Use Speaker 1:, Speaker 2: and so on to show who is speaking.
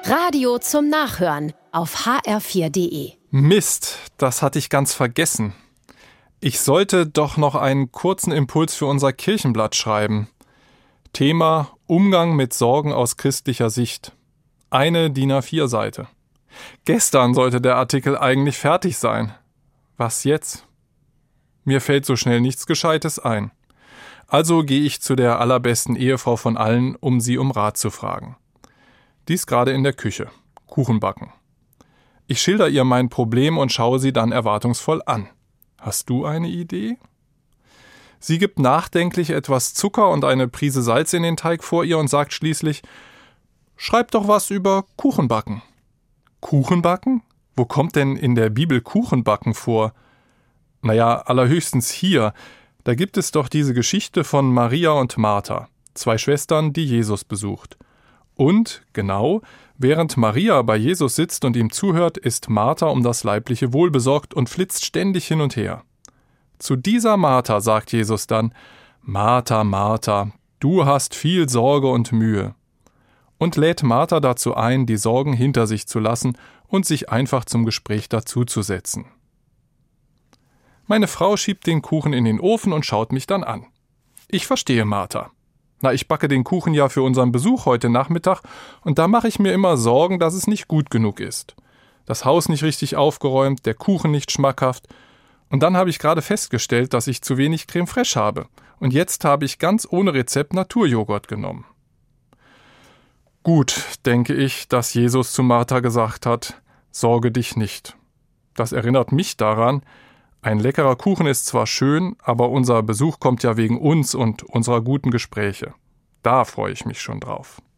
Speaker 1: Radio zum Nachhören auf hr4.de.
Speaker 2: Mist, das hatte ich ganz vergessen. Ich sollte doch noch einen kurzen Impuls für unser Kirchenblatt schreiben. Thema: Umgang mit Sorgen aus christlicher Sicht. Eine DIN A4-Seite. Gestern sollte der Artikel eigentlich fertig sein. Was jetzt? Mir fällt so schnell nichts Gescheites ein. Also gehe ich zu der allerbesten Ehefrau von allen, um sie um Rat zu fragen. Die ist gerade in der Küche. Kuchen backen. Ich schilder ihr mein Problem und schaue sie dann erwartungsvoll an. Hast du eine Idee? Sie gibt nachdenklich etwas Zucker und eine Prise Salz in den Teig vor ihr und sagt schließlich: Schreib doch was über Kuchenbacken. Kuchenbacken? Wo kommt denn in der Bibel Kuchenbacken vor? Naja, allerhöchstens hier. Da gibt es doch diese Geschichte von Maria und Martha, 2 Schwestern, die Jesus besucht. Und, genau, während Maria bei Jesus sitzt und ihm zuhört, ist Martha um das leibliche Wohl besorgt und flitzt ständig hin und her. Zu dieser Martha sagt Jesus dann: Martha, Martha, du hast viel Sorge und Mühe. Und lädt Martha dazu ein, die Sorgen hinter sich zu lassen und sich einfach zum Gespräch dazuzusetzen. Meine Frau schiebt den Kuchen in den Ofen und schaut mich dann an. Ich verstehe Martha. Ich backe den Kuchen ja für unseren Besuch heute Nachmittag und da mache ich mir immer Sorgen, dass es nicht gut genug ist. Das Haus nicht richtig aufgeräumt, der Kuchen nicht schmackhaft. Und dann habe ich gerade festgestellt, dass ich zu wenig Creme fraiche habe. Und jetzt habe ich ganz ohne Rezept Naturjoghurt genommen. Gut, denke ich, dass Jesus zu Martha gesagt hat: Sorge dich nicht. Das erinnert mich daran: Ein leckerer Kuchen ist zwar schön, aber unser Besuch kommt ja wegen uns und unserer guten Gespräche. Da freue ich mich schon drauf.